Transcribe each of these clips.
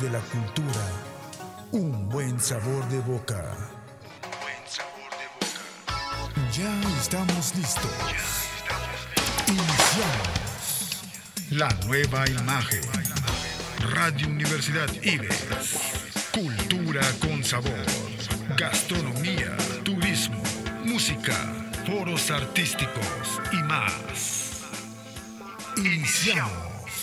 de la cultura, un buen sabor de boca. Ya estamos listos. Iniciamos. La nueva imagen. Radio Universidad Ives. Cultura con sabor. Gastronomía, turismo, música, foros artísticos y más. Iniciamos.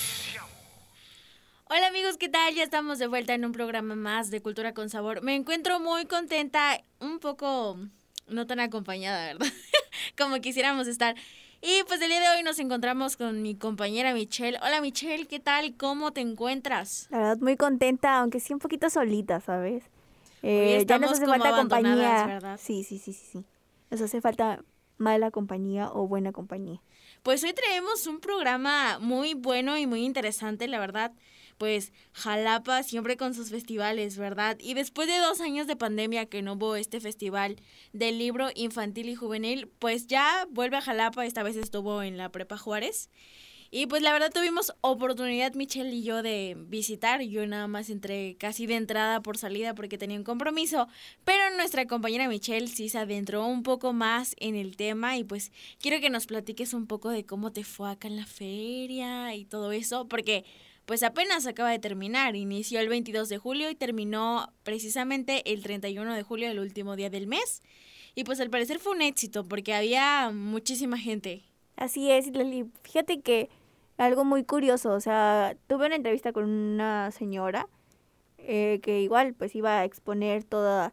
Hola amigos, ¿qué tal? Ya estamos de vuelta en un programa más de Cultura con Sabor. Me encuentro muy contenta, un poco no tan acompañada, ¿verdad? Como quisiéramos estar. Y pues el día de hoy nos encontramos con mi compañera Michelle. Hola Michelle, ¿qué tal? ¿Cómo te encuentras? La verdad muy contenta, aunque sí un poquito solita, ¿sabes? Hoy Ya nos hace como falta compañía. ¿verdad? Sí. Nos hace falta mala compañía o buena compañía. Pues hoy traemos un programa muy bueno y muy interesante, la verdad. Pues Jalapa siempre con sus festivales, ¿verdad? Y después de 2 años de pandemia que no hubo este festival del libro infantil y juvenil, pues ya vuelve a Jalapa, esta vez estuvo en la Prepa Juárez. Y pues la verdad tuvimos oportunidad, Michelle y yo, de visitar. Yo nada más entré casi de entrada por salida porque tenía un compromiso. Pero nuestra compañera Michelle sí se adentró un poco más en el tema. Y pues quiero que nos platiques un poco de cómo te fue acá en la feria y todo eso. Porque pues apenas acaba de terminar. Inició el 22 de julio y terminó precisamente el 31 de julio, el último día del mes. Y pues al parecer fue un éxito porque había muchísima gente. Así es, Lali. Fíjate que algo muy curioso, o sea, tuve una entrevista con una señora que igual pues iba a exponer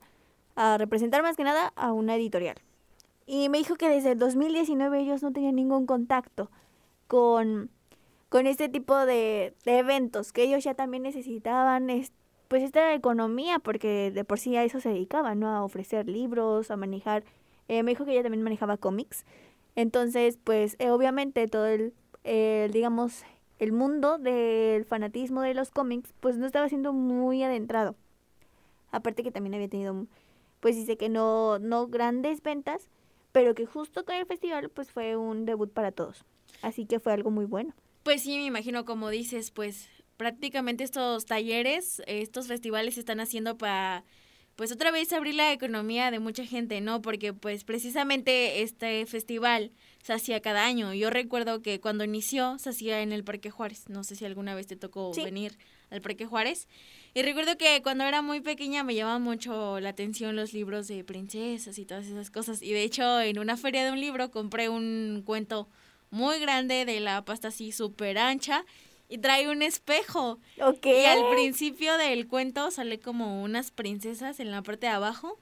a representar más que nada a una editorial. Y me dijo que desde el 2019 ellos no tenían ningún contacto con este tipo de eventos, que ellos ya también necesitaban pues esta economía, porque de por sí a eso se dedicaban, ¿no? A ofrecer libros, a manejar, me dijo que ella también manejaba cómics. Entonces, pues obviamente todo digamos, el mundo del fanatismo de los cómics, pues no estaba siendo muy adentrado. Aparte que también había tenido, pues dice que no grandes ventas, pero que justo con el festival, pues fue un debut para todos. Así que fue algo muy bueno. Pues sí, me imagino, como dices, pues prácticamente estos talleres, estos festivales se están haciendo para, pues otra vez abrir la economía de mucha gente, ¿no? Porque pues precisamente este festival se hacía cada año. Yo recuerdo que cuando inició se hacía en el Parque Juárez. No sé si alguna vez te tocó venir al Parque Juárez. Y recuerdo que cuando era muy pequeña me llamaban mucho la atención los libros de princesas y todas esas cosas. Y de hecho en una feria de un libro compré un cuento muy grande de la pasta así súper ancha y trae un espejo. Okay. Y al principio del cuento sale como unas princesas en la parte de abajo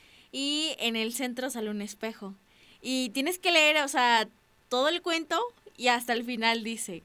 y en el centro sale un espejo. Y tienes que leer, o sea, todo el cuento y hasta el final dice,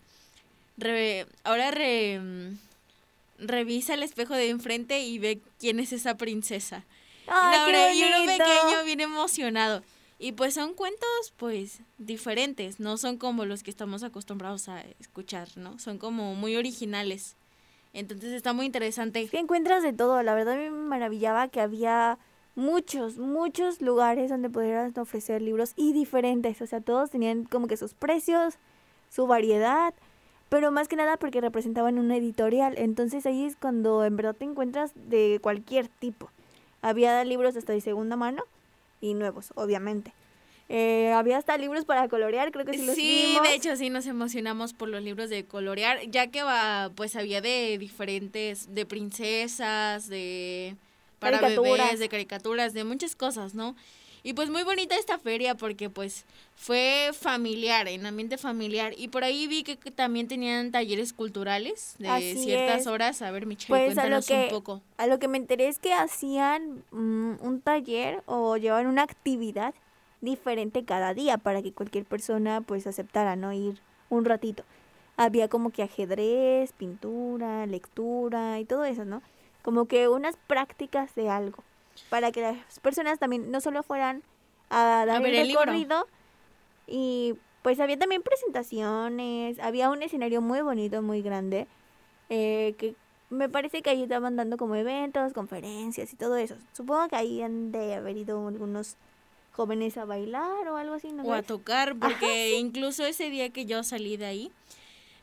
revisa el espejo de enfrente y ve quién es esa princesa. ¡Qué Y uno bonito! pequeño bien emocionado. Y pues son cuentos pues diferentes, no son como los que estamos acostumbrados a escuchar, ¿no? Son como muy originales. Entonces está muy interesante. Es que encuentras de todo, la verdad me maravillaba que había muchos lugares donde pudieras ofrecer libros y diferentes, o sea, todos tenían como que sus precios, su variedad, pero más que nada porque representaban una editorial, entonces ahí es cuando en verdad te encuentras de cualquier tipo. Había libros hasta de segunda mano y nuevos, obviamente. Había hasta libros para colorear, creo que sí los vimos. Sí, de hecho sí nos emocionamos por los libros de colorear, ya que pues había de diferentes, de princesas, para bebés, de caricaturas, de muchas cosas, ¿no? Y pues muy bonita esta feria porque pues fue familiar, en ambiente familiar. Y por ahí vi que también tenían talleres culturales de Así ciertas es. horas. A ver, Michelle, Pues cuéntanos un poco. A lo que me enteré es que hacían un taller o llevaban una actividad diferente cada día para que cualquier persona pues aceptara, ¿no? Ir un ratito. Había como que ajedrez, pintura, lectura y todo eso, ¿no? Como que unas prácticas de algo para que las personas también no solo fueran a dar el recorrido, y pues había también presentaciones, había un escenario muy bonito, muy grande, que me parece que ahí estaban dando como eventos, conferencias y todo eso. Supongo que ahí han de haber ido algunos jóvenes a bailar o algo así, ¿no? O a tocar, porque incluso ese día que yo salí de ahí,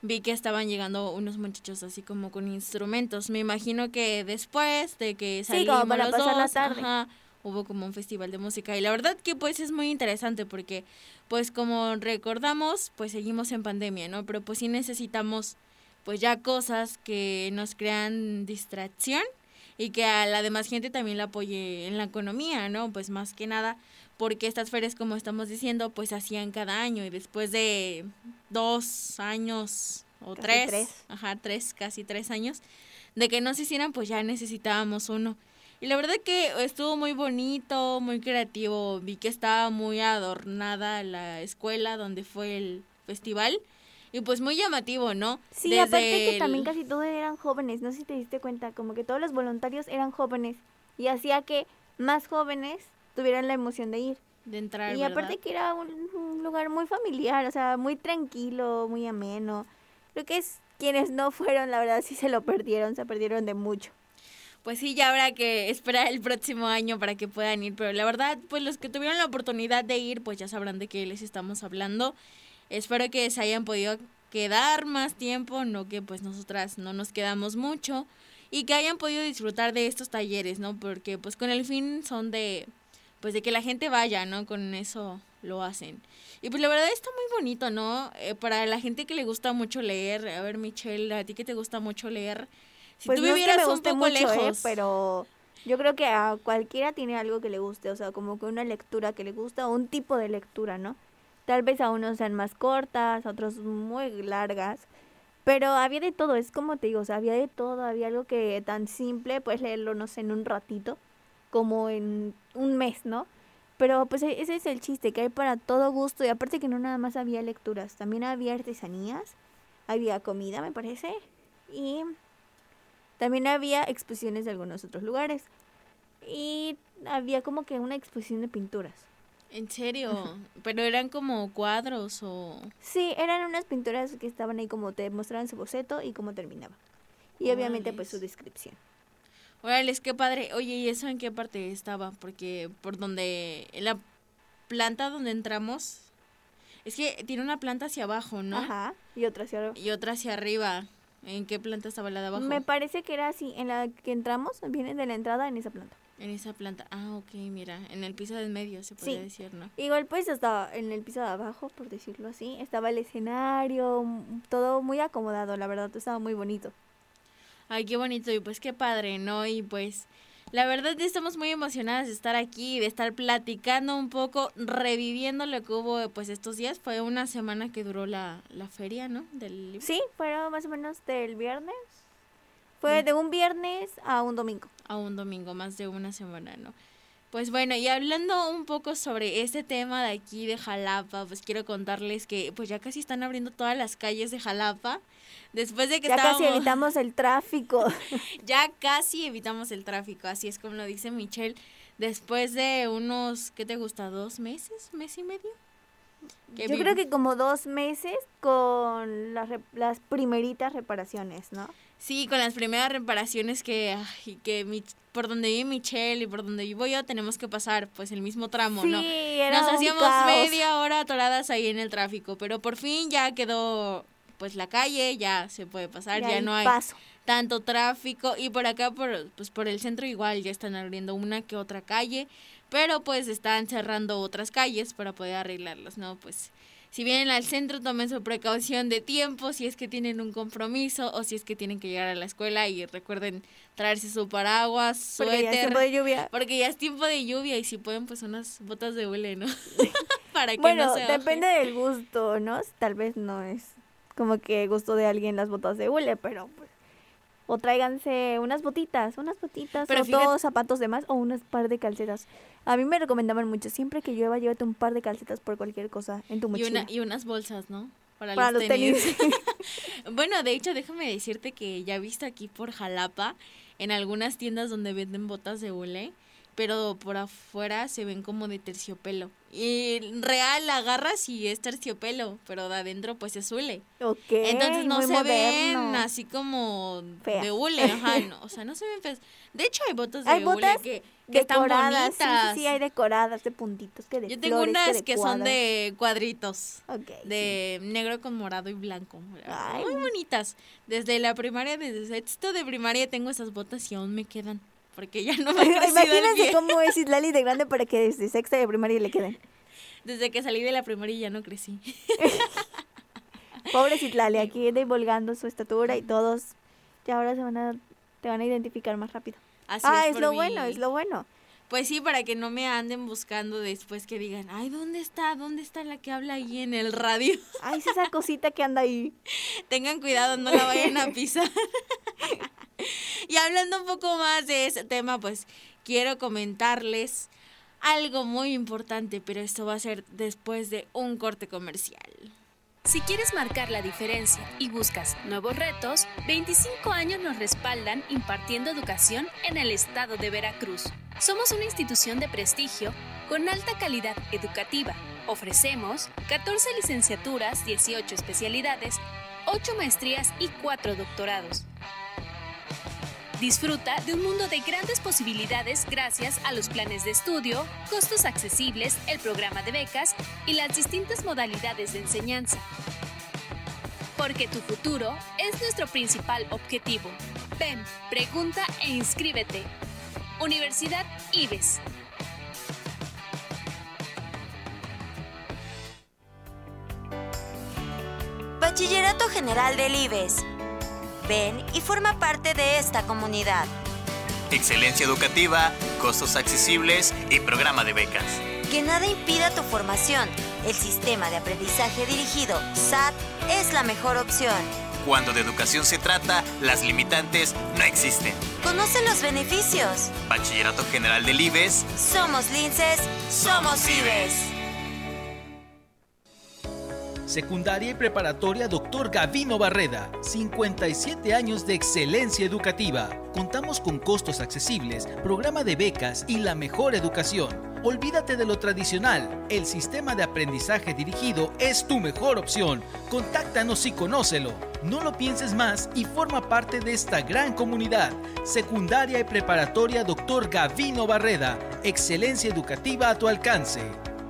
vi que estaban llegando unos muchachos así como con instrumentos. Me imagino que después de que salimos como para los pasar la dos, tarde. ajá, hubo como un festival de música. Y la verdad que pues es muy interesante porque pues como recordamos, pues seguimos en pandemia, ¿no? Pero pues sí necesitamos pues ya cosas que nos crean distracción y que a la demás gente también la apoye en la economía, ¿no? Pues más que nada, porque estas ferias, como estamos diciendo, pues hacían cada año y después de 2 años o Casi 3, ajá, casi 3 años, de que no se hicieran, pues ya necesitábamos uno. Y la verdad que estuvo muy bonito, muy creativo, vi que estaba muy adornada la escuela donde fue el festival. Y pues muy llamativo, ¿no? Sí, aparte que también casi todos eran jóvenes, no sé si te diste cuenta, como que todos los voluntarios eran jóvenes y hacía que más jóvenes tuvieran la emoción de ir. De entrar, y ¿verdad? aparte que era un lugar muy familiar, o sea, muy tranquilo, muy ameno. Creo que quienes no fueron, la verdad sí se perdieron de mucho. Pues sí, ya habrá que esperar el próximo año para que puedan ir, pero la verdad, pues los que tuvieron la oportunidad de ir, pues ya sabrán de qué les estamos hablando. Espero que se hayan podido quedar más tiempo, no que pues nosotras no nos quedamos mucho y que hayan podido disfrutar de estos talleres, ¿no? Porque pues con el fin son de pues de que la gente vaya, ¿no? Con eso lo hacen. Y pues la verdad está muy bonito, ¿no? Para la gente que le gusta mucho leer, a ver Michelle, a ti que te gusta mucho leer, si pues tú no vivieras es que me un guste poco mucho, lejos, pero yo creo que a cualquiera tiene algo que le guste, o sea, como que una lectura que le gusta o un tipo de lectura, ¿no? Tal vez a unos sean más cortas, a otros muy largas, pero había de todo, es como te digo, o sea, había de todo, había algo que tan simple, puedes leerlo, no sé, en un ratito, como en un mes, ¿no? Pero pues ese es el chiste, que hay para todo gusto, y aparte que no nada más había lecturas, también había artesanías, había comida, me parece, y también había exposiciones de algunos otros lugares, y había como que una exposición de pinturas. ¿en serio? Pero eran como cuadros o... Sí, eran unas pinturas que estaban ahí como te mostraban su boceto y cómo terminaba. Y obviamente pues su descripción. Órales, qué padre. Oye, ¿y eso en qué parte estaba? Porque por donde... En la planta donde entramos... Es que tiene una planta hacia abajo, ¿no? Ajá, y otra hacia arriba. Y otra hacia arriba. ¿En qué planta estaba la de abajo? Me parece que era así, en la que entramos, viene de la entrada en esa planta. En esa planta. Ah, ok, mira. En el piso del medio, se podría decir, ¿no? Igual pues estaba en el piso de abajo, por decirlo así. Estaba el escenario, todo muy acomodado, la verdad, estaba muy bonito. Ay, qué bonito y pues qué padre, ¿no? Y pues la verdad estamos muy emocionadas de estar aquí, de estar platicando un poco, reviviendo lo que hubo pues estos días. Fue una semana que duró la feria, ¿no? Del libro. Sí, fueron más o menos del viernes. Fue de un viernes a un domingo. A un domingo, más de una semana, ¿no? Pues bueno, y hablando un poco sobre este tema de aquí de Jalapa, pues quiero contarles que pues ya casi están abriendo todas las calles de Jalapa. Después de que ya casi evitamos el tráfico. Ya casi evitamos el tráfico, así es como lo dice Michelle. Después de unos, ¿qué te gusta? ¿2 meses? ¿Mes y medio? Yo creo que como 2 meses con las primeritas reparaciones, ¿no? Sí, con las primeras reparaciones que por donde vive Michelle y por donde vivo yo tenemos que pasar pues el mismo tramo, sí, ¿no? Era Nos un hacíamos caos. media hora atoradas ahí en el tráfico, pero por fin ya quedó pues la calle, ya se puede pasar, ya no hay paso. Tanto tráfico y por acá por el centro igual ya están abriendo una que otra calle, pero pues están cerrando otras calles para poder arreglarlas, ¿no? Pues si vienen al centro tomen su precaución de tiempo si es que tienen un compromiso o si es que tienen que llegar a la escuela y recuerden traerse su paraguas, suéter. Porque ya es tiempo de lluvia. Porque ya es tiempo de lluvia y si pueden pues unas botas de hule, ¿no? Para que bueno, no se moje. depende del gusto, ¿no? Tal vez no es como que gusto de alguien las botas de hule, pero pues o tráiganse unas botitas pero o dos zapatos de más o unas par de calcetas. A mí me recomendaban mucho, siempre que llueva, llévate un par de calcetas por cualquier cosa en tu mochila. Y unas bolsas, ¿no? Para los tenis. Bueno, de hecho, déjame decirte que ya he visto aquí por Jalapa, en algunas tiendas donde venden botas de hule, pero por afuera se ven como de terciopelo. Y real la agarras y es terciopelo, pero de adentro pues es hule. Ok, Entonces no muy se moderno. ven así como Feas. de hule, ajá, no, o sea, no se ven feas. De hecho hay botas de Hay botas hule que están decoradas, bonitas. sí, hay decoradas de puntitos, que de Yo tengo flores, unas que son cuadros. de cuadritos. Ok, De negro con morado y blanco. Ay. Muy bonitas. Desde la primaria, desde sexto de primaria tengo esas botas y aún me quedan. Porque ya no me ha crecido el Imagínense pie. cómo es Islali de grande para que desde sexta de primaria le queden. Desde que salí de la primaria ya no crecí. Pobre Islali, aquí divulgando su estatura y todos ya ahora te van a identificar más rápido. Así Es por lo mí. bueno, es lo bueno. Pues sí, para que no me anden buscando después que digan, ay, ¿dónde está? ¿Dónde está la que habla ahí en el radio? Ay, es esa cosita que anda ahí. Tengan cuidado, no la vayan a pisar. Y hablando un poco más de ese tema, pues quiero comentarles algo muy importante, pero esto va a ser después de un corte comercial. Si quieres marcar la diferencia y buscas nuevos retos, 25 años nos respaldan impartiendo educación en el estado de Veracruz. Somos una institución de prestigio con alta calidad educativa. Ofrecemos 14 licenciaturas, 18 especialidades, 8 maestrías y 4 doctorados. Disfruta de un mundo de grandes posibilidades gracias a los planes de estudio, costos accesibles, el programa de becas y las distintas modalidades de enseñanza. Porque tu futuro es nuestro principal objetivo. Ven, pregunta e inscríbete. Universidad IBES. Bachillerato General del IBES. Ven y forma parte de esta comunidad. Excelencia educativa, costos accesibles y programa de becas. Que nada impida tu formación. El sistema de aprendizaje dirigido, SAT, es la mejor opción. Cuando de educación se trata, las limitantes no existen. Conoce los beneficios. Bachillerato General del IBES. Somos linces, somos IBES. Secundaria y preparatoria Dr. Gavino Barreda, 57 años de excelencia educativa. Contamos con costos accesibles, programa de becas y la mejor educación. Olvídate de lo tradicional, el sistema de aprendizaje dirigido es tu mejor opción. Contáctanos y conócelo. No lo pienses más y forma parte de esta gran comunidad. Secundaria y preparatoria Dr. Gavino Barreda, excelencia educativa a tu alcance.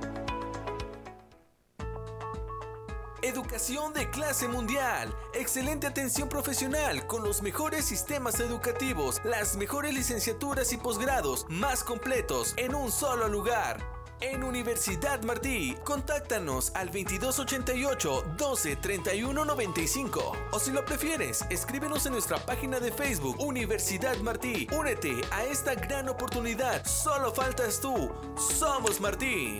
Educación de clase mundial, excelente atención profesional con los mejores sistemas educativos, las mejores licenciaturas y posgrados más completos en un solo lugar. En Universidad Martí, contáctanos al 2288 12 31 95 o si lo prefieres, escríbenos en nuestra página de Facebook Universidad Martí. Únete a esta gran oportunidad, solo faltas tú. Somos Martí.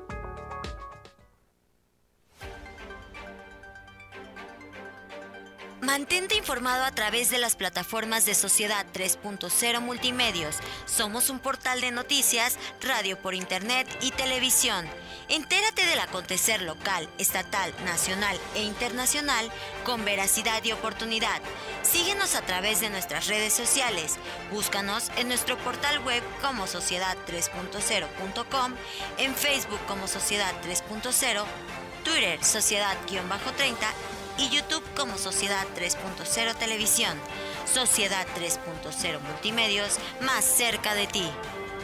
Mantente informado a través de las plataformas de Sociedad 3.0 Multimedios. Somos un portal de noticias, radio por internet y televisión. Entérate del acontecer local, estatal, nacional e internacional con veracidad y oportunidad. Síguenos a través de nuestras redes sociales. Búscanos en nuestro portal web como sociedad3.0.com, en Facebook como Sociedad 3.0, Twitter Sociedad-30 y YouTube como Sociedad 3.0 Televisión. Sociedad 3.0 Multimedios, más cerca de ti.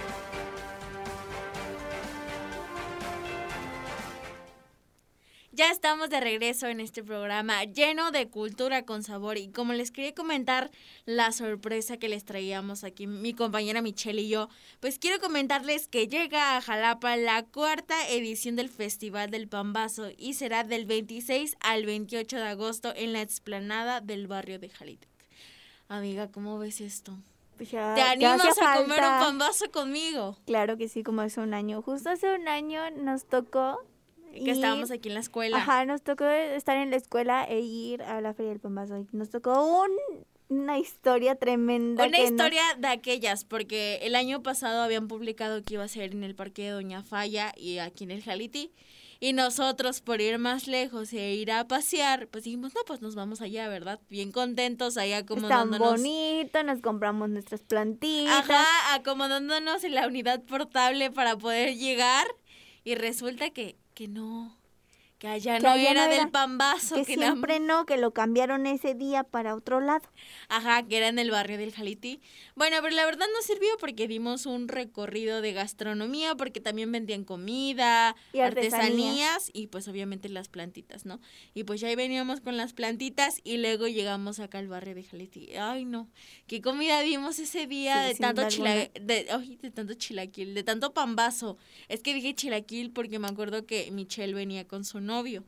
Ya estamos de regreso en este programa lleno de cultura con sabor y como les quería comentar la sorpresa que les traíamos aquí mi compañera Michelle y yo, pues quiero comentarles que llega a Jalapa la 4ª edición del Festival del Pambazo y será del 26 al 28 de agosto en la explanada del barrio de Jalitec. Amiga, ¿cómo ves esto? Pues ¿Te animas hacía a comer falta. un pambazo conmigo? Claro que sí, como hace un año. Justo hace un año nos tocó Que estábamos aquí en la escuela. Ajá, nos tocó estar en la escuela e ir a la Feria del Pambazo. Y nos tocó una historia tremenda. Una historia de aquellas, porque el año pasado habían publicado que iba a ser en el Parque de Doña Falla y aquí en el Jaliti. Y nosotros, por ir más lejos e ir a pasear, pues dijimos, no, pues nos vamos allá, ¿verdad? Bien contentos, ahí Tan acomodándonos. bonito, nos compramos nuestras plantitas. Ajá, acomodándonos en la unidad portable para poder llegar. Y resulta que no, que allá Que no allá era no era, del Pambazo. Que siempre no, que lo cambiaron ese día para otro lado. Ajá, que era en el barrio del Jalití. Bueno, pero la verdad no sirvió porque dimos un recorrido de gastronomía, porque también vendían comida, Y artesanías y pues obviamente las plantitas, ¿no? Y pues ya ahí veníamos con las plantitas y luego llegamos acá al barrio de Jalití. Ay, no, qué comida dimos ese día Sí, de sin tanto duda alguna. de tanto chilaquil, de tanto pambazo. Es que dije chilaquil porque me acuerdo que Michelle venía con su novio.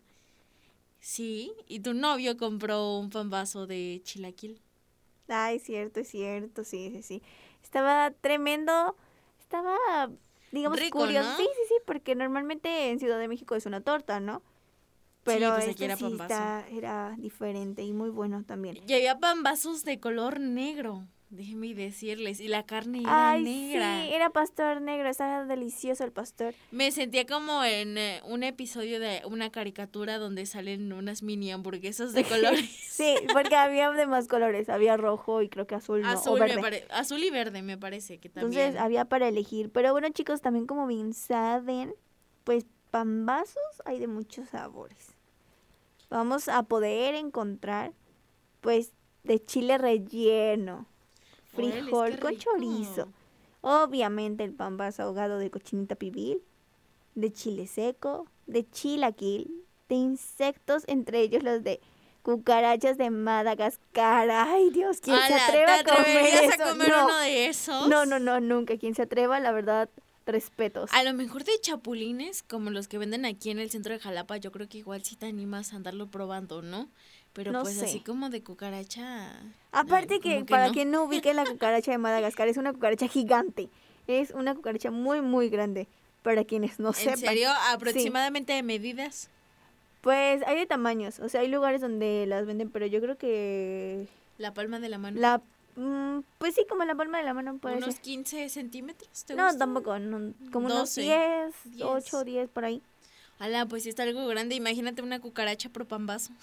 Sí, y tu novio compró un pambazo de chilaquil. Ay, es cierto, sí. Estaba tremendo, estaba, digamos, Rico, curioso. ¿no? Sí, porque normalmente en Ciudad de México es una torta, ¿no? Pero pues aquí este era sí pambazo. era diferente y muy bueno también. Y había pambazos de color negro, déjenme decirles, y la carne era Ay, negra. sí, era pastor negro, estaba delicioso el pastor. Me sentía como en un episodio de una caricatura donde salen unas mini hamburguesas de colores. Sí, porque había de más colores, había rojo y creo que azul, ¿no? O Azul, verde. azul y verde me parece que también. Entonces había para elegir. Pero bueno, chicos, también como bien saben, pues pambazos hay de muchos sabores. Vamos a poder encontrar, pues, de chile relleno, Órale, frijol qué con rico. chorizo. Obviamente el pambazo ahogado de cochinita pibil, de chile seco, de chilaquil, de insectos, entre ellos los de cucarachas de Madagascar. Ay, Dios, ¿quién se Ala, atreve a ¿te comer atreverías eso? a comer No. uno de esos? No, nunca. Quien se atreva, la verdad, respetos. A lo mejor de chapulines, como los que venden aquí en el centro de Jalapa, yo creo que igual sí te animas a andarlo probando, ¿no? Pero No pues sé. así como de cucaracha. Aparte que, como para no. quien no ubique la cucaracha de Madagascar, es una cucaracha gigante. Es una cucaracha muy, muy grande. Para quienes no ¿En sepan. serio? Sí. ¿Aproximadamente de medidas? Pues hay de tamaños. O sea, hay lugares donde las venden, pero yo creo que La palma de la mano. pues sí, como la palma de la mano puede ¿Unos ser. 15 centímetros? ¿Te No, gusta? tampoco. No, como unos 12, 10, 10. 8, 10 por ahí. Ala, pues sí está algo grande. Imagínate una cucaracha pro pambazo.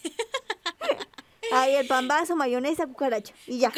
Ahí el pambazo, mayonesa, cucaracha. Y ya.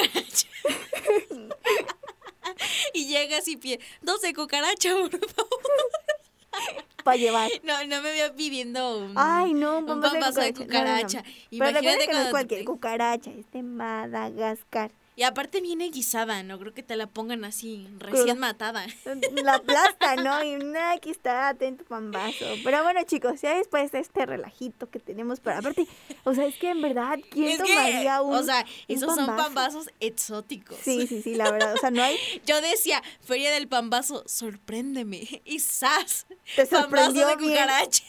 Y llegas y pide 12 cucaracha, por favor. Para llevar. No me veo pidiendo un, Ay, no, un pambazo pambazo de cucaracha. No. Pero Imagínate recuerda que no es cuando cualquier te- cucaracha, es de Madagascar. Y aparte viene guisada, no creo que te la pongan así, Cruda. recién matada. La aplasta, ¿no? Y nada, aquí está, atento pambazo. Pero bueno, chicos, ya después de este relajito que tenemos, pero aparte, o sea, es que en verdad, ¿quién Es que, tomaría un o sea, un esos son pambazo? pambazos exóticos. Sí, la verdad, o sea, no hay, Yo decía, Feria del Pambazo, sorpréndeme. Y ¡zas! te Pambazo sorprendió de bien. cucaracha.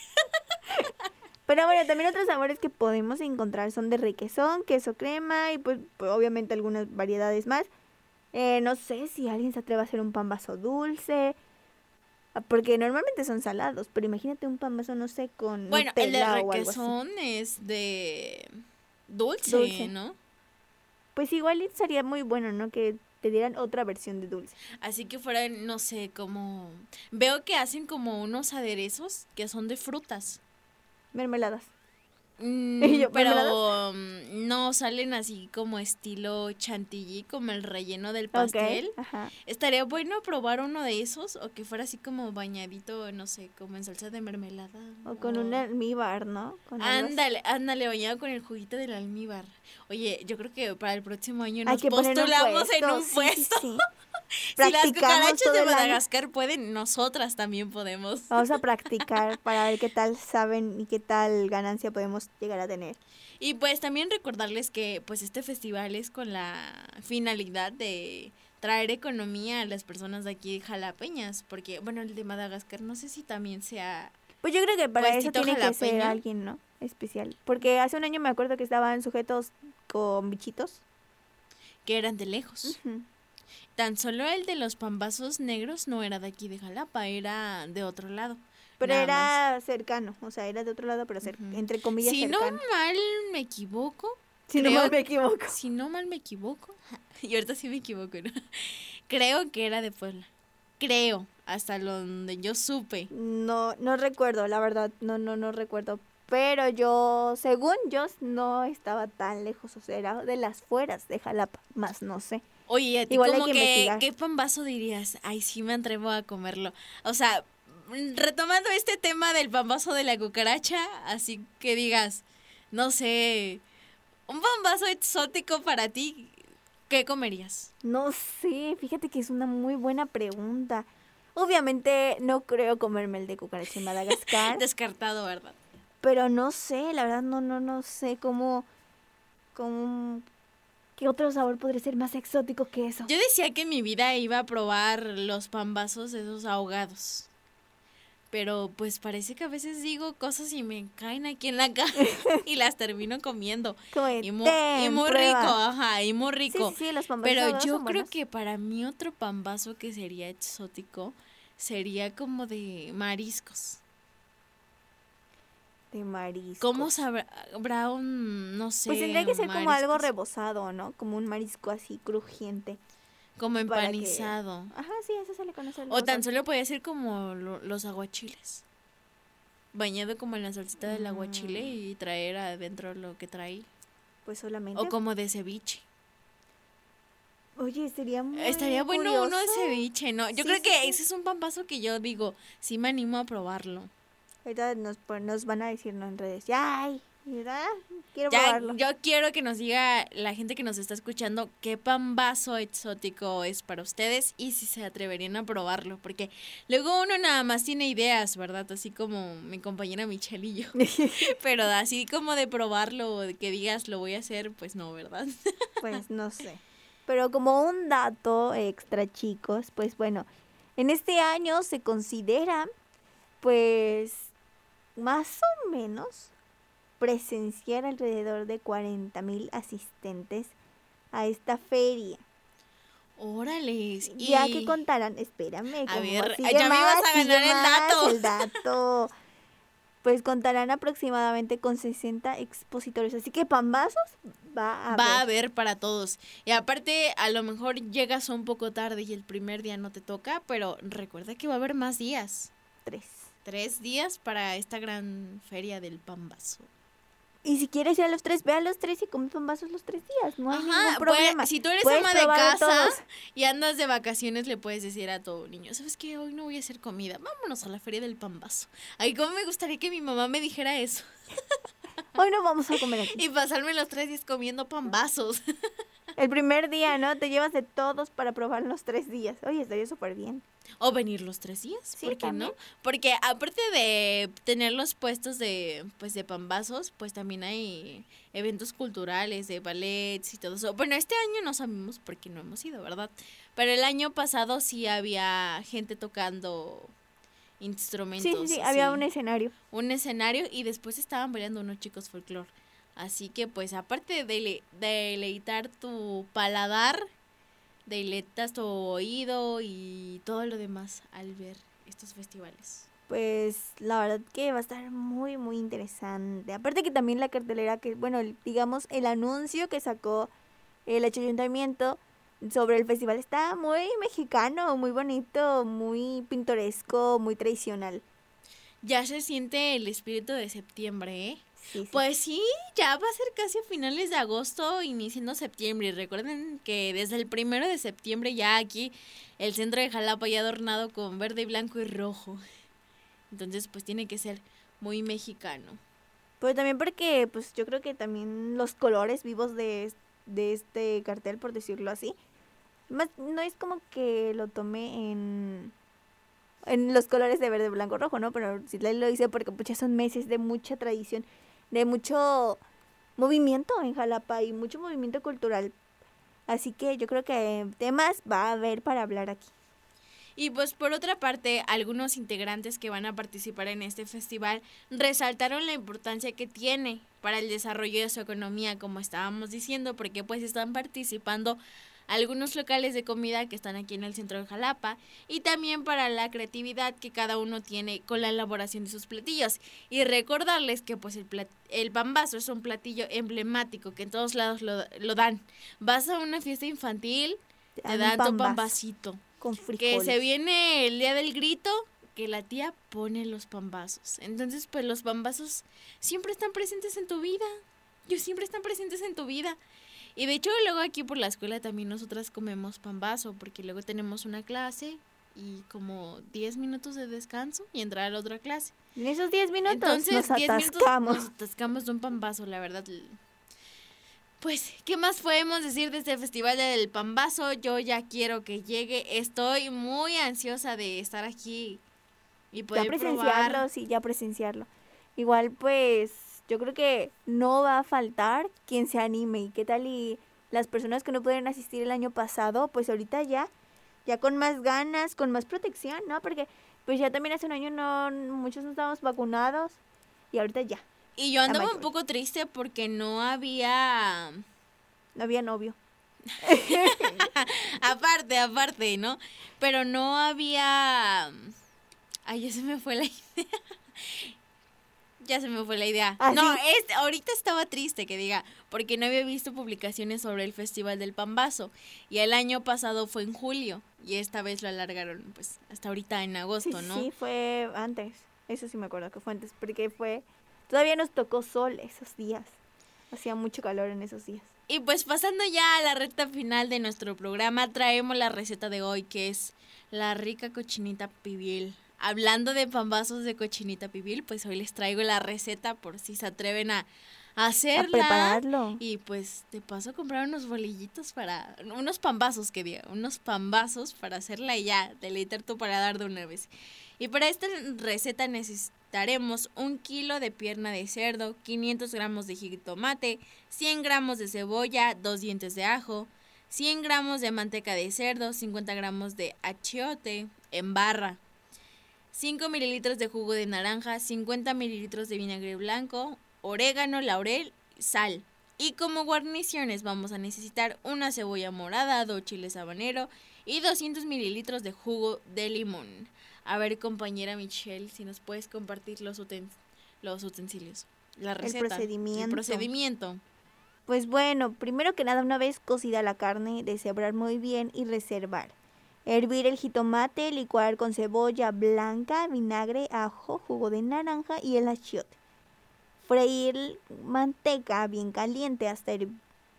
Pero bueno, también otros sabores que podemos encontrar son de requesón, queso crema y pues obviamente algunas variedades más. No sé si alguien se atreve a hacer un pambazo dulce, porque normalmente son salados, pero imagínate un pambazo, no sé, con Bueno, el de Nutella o algo así. requesón es de dulce, Dulce. ¿no? Pues igual sería muy bueno, ¿no? Que te dieran otra versión de dulce. Así que fuera, no sé, como... Veo que hacen como unos aderezos que son de frutas. Mermeladas. Mm, yo, pero no salen así como estilo chantilly, como el relleno del pastel. Ok, ajá. Estaría bueno probar uno de esos o que fuera así como bañadito, no sé, como en salsa de mermelada. O con un almíbar, ¿no? Con algo así. Ándale, bañado con el juguito del almíbar. Oye, yo creo que para el próximo año Hay nos que poner un postulamos en un sí, puesto. sí. Si las Practicamos cucarachas todo de el año. Madagascar pueden, nosotras también podemos. Vamos a practicar para ver qué tal saben y qué tal ganancia podemos llegar a tener. Y pues también recordarles que pues este festival es con la finalidad de traer economía a las personas de aquí jalapeñas, porque bueno, el de Madagascar no sé si también sea... Pues yo creo que para eso Puestito tiene que ser jalapeño. alguien, ¿no? Especial. Porque hace un año me acuerdo que estaban sujetos con bichitos. que eran de lejos. Ujú. Tan solo el de los pambazos negros no era de aquí de Jalapa, era de otro lado. Pero nada era cercano, o sea, era de otro lado, pero Ujú. entre comillas Si no cercano. mal me equivoco, Si no creo- mal me equivoco. si no mal me equivoco, y ahorita sí me equivoco, ¿no? Creo que era de Puebla. creo, hasta donde yo supe. No recuerdo, la verdad, no recuerdo. Pero yo, según yo, no estaba tan lejos, o sea, era de las fueras de Jalapa, más no sé. Oye, ¿a ti Igual hay como que que investigar. qué pambazo dirías? Ay, sí me atrevo a comerlo. O sea, retomando este tema del pambazo de la cucaracha, así que digas, no sé, un pambazo exótico para ti, ¿qué comerías? No sé, fíjate que es una muy buena pregunta. Obviamente no creo comerme el de cucaracha en Madagascar, Descartado, ¿verdad? pero no sé, la verdad no sé cómo, qué otro sabor podría ser más exótico que eso. Yo decía que en mi vida iba a probar los pambazos esos ahogados. Pero pues parece que a veces digo cosas y me caen aquí en la cara y las termino comiendo. Como de, Y muy "Ten, rico, prueba". ajá, y muy rico. Sí, los pambazos Pero ahogados yo son creo buenos. que para mí otro pambazo que sería exótico sería como de mariscos. De mariscos. ¿Cómo habrá un, no sé, Pues tendría que ser como algo mariscos? rebozado, ¿no? Como un marisco así crujiente. Como para que- empanizado. Ajá, sí, eso se le conoce. al O tan rebozado. solo podría ser como los aguachiles. Bañado como en la salsita del aguachile y traer adentro lo que trae. Pues solamente. O como de ceviche. Oye, sería muy Estaría bueno uno de curioso. ceviche, ¿no? Yo Sí, creo sí, que sí. ese es un pambazo que yo digo, sí me animo a probarlo. Ahorita nos van a decir ¿no? en redes. Ya, ay, ¿verdad? Quiero Ya, probarlo. yo quiero que nos diga la gente que nos está escuchando qué pambazo exótico es para ustedes y si se atreverían a probarlo, porque luego uno nada más tiene ideas, ¿verdad? Así como mi compañera Michelle y yo. Pero así como de probarlo, de que digas lo voy a hacer, pues no, ¿verdad? Pues no sé. Pero como un dato extra, chicos, pues bueno, en este año se considera, pues, más o menos presenciar alrededor de 40,000 asistentes a esta feria. Órales. Ya que contarán, espérame, A como ver, sigue ya me ibas a sigue ganar el dato. el dato. Pues contarán aproximadamente con 60 expositores, así que pambazos va a haber para todos. Y aparte, a lo mejor llegas un poco tarde y el primer día no te toca, pero recuerda que va a haber más días. 3 días para esta gran feria del pambazo. Y si quieres ir a los 3, ve a los 3 y come pambazos los 3 días, no hay ningún Ajá, problema. si tú eres Puedes ama de probar casa todos. y andas de vacaciones, le puedes decir a tu niño, ¿sabes qué? Hoy no voy a hacer comida, vámonos a la feria del pambazo. Ay, cómo me gustaría que mi mamá me dijera eso. Hoy no vamos a comer aquí. Y pasarme los 3 días comiendo pambazos. El primer día, ¿no? Te llevas de todos para probar los 3 días. Oye, estaría súper bien. O venir los 3 días, Sí, ¿por qué también. no? Porque aparte de tener los puestos de pambazos, pues también hay eventos culturales de ballets y todo eso. Bueno, este año no sabemos porque no hemos ido, ¿verdad? Pero el año pasado sí había gente tocando instrumentos. Sí, había así. un escenario. Un escenario y después estaban bailando unos chicos folclore. Así que pues aparte de deleitar tu paladar, deleitas tu oído y todo lo demás al ver estos festivales. Pues la verdad que va a estar muy, muy interesante. Aparte que también la cartelera que, bueno, digamos el anuncio que sacó el ayuntamiento sobre el festival está muy mexicano, muy bonito, muy pintoresco, muy tradicional. Ya se siente el espíritu de septiembre, ¿eh? Sí. Pues sí, ya va a ser casi a finales de agosto, iniciando septiembre. Y recuerden que desde el 1 de septiembre ya aquí el centro de Jalapa ya adornado con verde, blanco y rojo. Entonces pues tiene que ser muy mexicano. Pero también porque, pues yo creo que también los colores vivos de este cartel, por decirlo así, más, no es como que lo tome en los colores de verde, blanco, rojo, ¿no? Pero sí lo hice porque pues ya son meses de mucha tradición, de mucho movimiento en Jalapa y mucho movimiento cultural. Así que yo creo que temas va a haber para hablar aquí. Y pues por otra parte, algunos integrantes que van a participar en este festival resaltaron la importancia que tiene para el desarrollo de su economía, como estábamos diciendo, porque pues están participando algunos locales de comida que están aquí en el centro de Jalapa y también para la creatividad que cada uno tiene con la elaboración de sus platillos. Y recordarles que pues el pambazo es un platillo emblemático que en todos lados lo dan. Vas a una fiesta infantil, te dan tu pambacito. con frijoles. Que se viene el día del grito, que la tía pone los pambazos. Entonces, pues los pambazos siempre están presentes en tu vida. Siempre están presentes en tu vida. Y de hecho, luego aquí por la escuela también nosotras comemos pambazo, porque luego tenemos una clase y como 10 minutos de descanso y entrar a la otra clase. En esos 10 minutos Entonces, nos 10 minutos atascamos. nos atascamos de un pambazo, la verdad. Pues, ¿qué más podemos decir de este festival del pambazo? Yo ya quiero que llegue. Estoy muy ansiosa de estar aquí y poder Ya presenciarlo, probar. sí, ya presenciarlo. Igual, pues, yo creo que no va a faltar quien se anime. ¿Y qué tal? Y las personas que no pudieron asistir el año pasado, pues ahorita ya con más ganas, con más protección, ¿no? Porque pues ya también hace un año muchos no estábamos vacunados y ahorita ya. Y yo andaba mayor. un poco triste porque no había... No había novio. aparte, ¿no? Pero no había... Ay, ya se me fue la idea. Ya se me fue la idea. ¿Ah, No, sí? ahorita estaba triste que diga, porque no había visto publicaciones sobre el Festival del Pambazo. Y el año pasado fue en julio. Y esta vez lo alargaron, pues, hasta ahorita en agosto, ¿no? Sí, fue antes. Eso sí me acuerdo que fue antes, porque todavía nos tocó sol esos días. Hacía mucho calor en esos días. Y pues pasando ya a la recta final de nuestro programa, traemos la receta de hoy, que es la rica cochinita pibil. Hablando de pambazos de cochinita pibil, pues hoy les traigo la receta por si se atreven a hacerla. A prepararlo. Y pues de paso comprar unos bolillitos unos pambazos unos pambazos para hacerla y ya, deleitar tu paladar de una vez. Y para esta receta necesitaremos 1 kilo de pierna de cerdo, 500 gramos de jitomate, 100 gramos de cebolla, 2 dientes de ajo, 100 gramos de manteca de cerdo, 50 gramos de achiote en barra, 5 mililitros de jugo de naranja, 50 mililitros de vinagre blanco, orégano, laurel, sal. Y como guarniciones vamos a necesitar una cebolla morada, 2 chiles habanero y 200 mililitros de jugo de limón. A ver, compañera Michelle, si nos puedes compartir los utensilios, la receta, el procedimiento. Pues bueno, primero que nada, una vez cocida la carne, deshebrar muy bien y reservar. Hervir el jitomate, licuar con cebolla blanca, vinagre, ajo, jugo de naranja y el achiote. Freír manteca bien caliente hasta hervir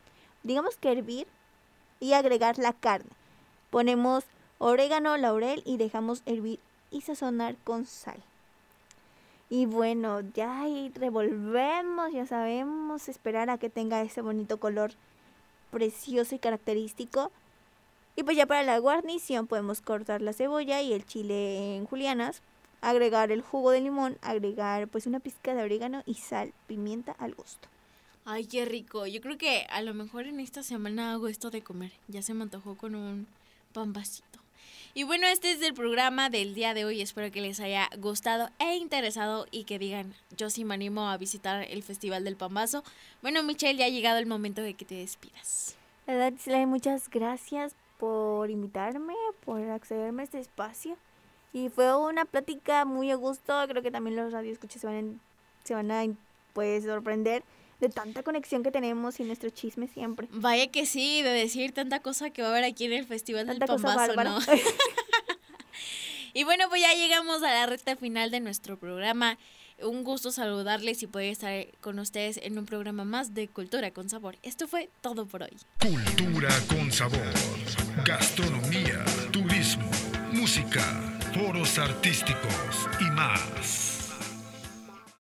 y agregar la carne. Ponemos orégano, laurel y dejamos hervir y sazonar con sal. Y bueno, ya ahí revolvemos, ya sabemos, esperar a que tenga ese bonito color precioso y característico. Y pues ya para la guarnición podemos cortar la cebolla y el chile en julianas, agregar el jugo de limón, agregar pues una pizca de orégano y sal, pimienta al gusto. Ay, qué rico. Yo creo que a lo mejor en esta semana hago esto de comer. Ya se me antojó con un pambacito. Y bueno, este es el programa del día de hoy. Espero que les haya gustado e interesado y que digan, yo sí me animo a visitar el Festival del Pambazo. Bueno, Michelle, ya ha llegado el momento de que te despidas. La verdad, Islay, muchas gracias por invitarme, por accederme a este espacio. Y fue una plática muy a gusto. Creo que también los radioescuchas se van a pues sorprender de tanta conexión que tenemos y nuestro chisme siempre. Vaya que sí, de decir tanta cosa que va a haber aquí en el Festival Tanta del cosa Pambazo, bárbara. ¿no? Y bueno, pues ya llegamos a la recta final de nuestro programa. Un gusto saludarles y poder estar con ustedes en un programa más de Cultura con Sabor. Esto fue todo por hoy. Cultura con sabor, gastronomía, turismo, música, foros artísticos y más.